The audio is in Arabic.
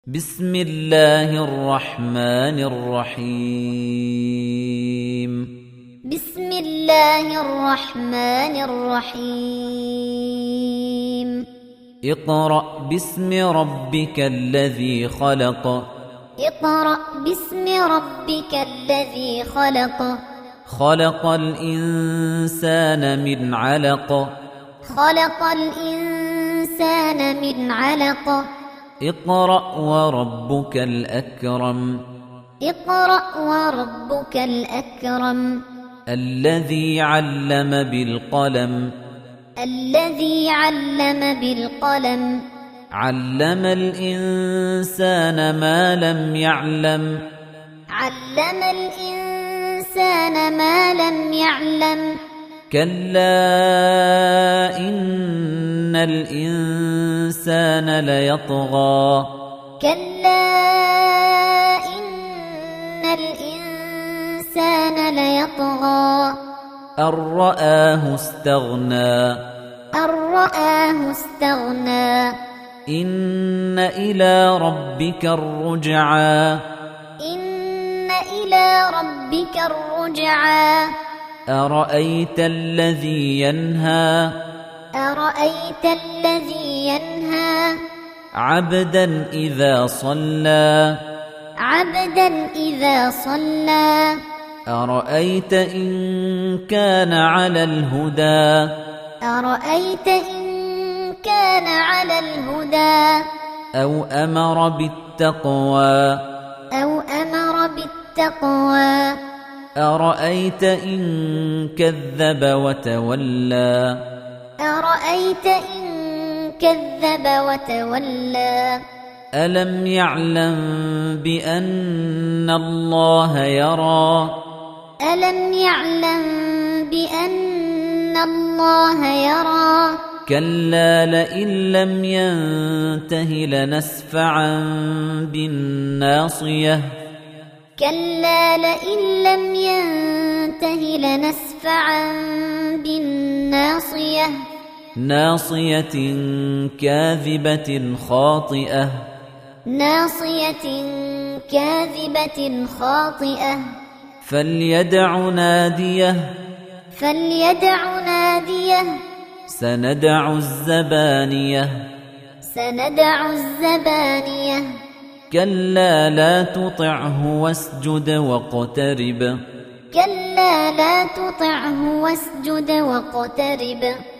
بسم الله الرحمن الرحيم بسم الله الرحمن الرحيم اقرأ باسم ربك الذي خلق اقرأ باسم ربك الذي خلق خلق الإنسان من علق خلق الإنسان من علق اقرأ وربك الأكرم اقرأ وربك الأكرم الذي علم بالقلم الذي علم بالقلم علم الإنسان ما لم يعلم علم الإنسان ما لم يعلم كلا إن الإنسان ليطغى كلا إن الإنسان ليطغى أن رآه استغنى أن رآه استغنى إن إلى ربك الرجعى إن إلى ربك الرجعى أرأيت الذي ينهى أرأيت الذي ينهى عبدا إذا صلى عبدا إذا صلى أرأيت إن كان على الهدى أرأيت إن كان على الهدى أو أمر بالتقوى أو أمر بالتقوى أرأيت إن كذب وتولى أرأيت إن كذب وتولى ألم يعلم بأن الله يرى ألم يعلم بأن الله يرى كلا لئن لم ينته لنسفعا بالناصية كلا لئن لم ينته لنسفعا بالناصية ناصية كاذبة خاطئة ناصية كاذبة خاطئة فليدع ناديه فليدع ناديه سندع الزبانية سندع الزبانية كلا لا تطعه واسجد واقترب كلا لا تطعه واسجد واقترب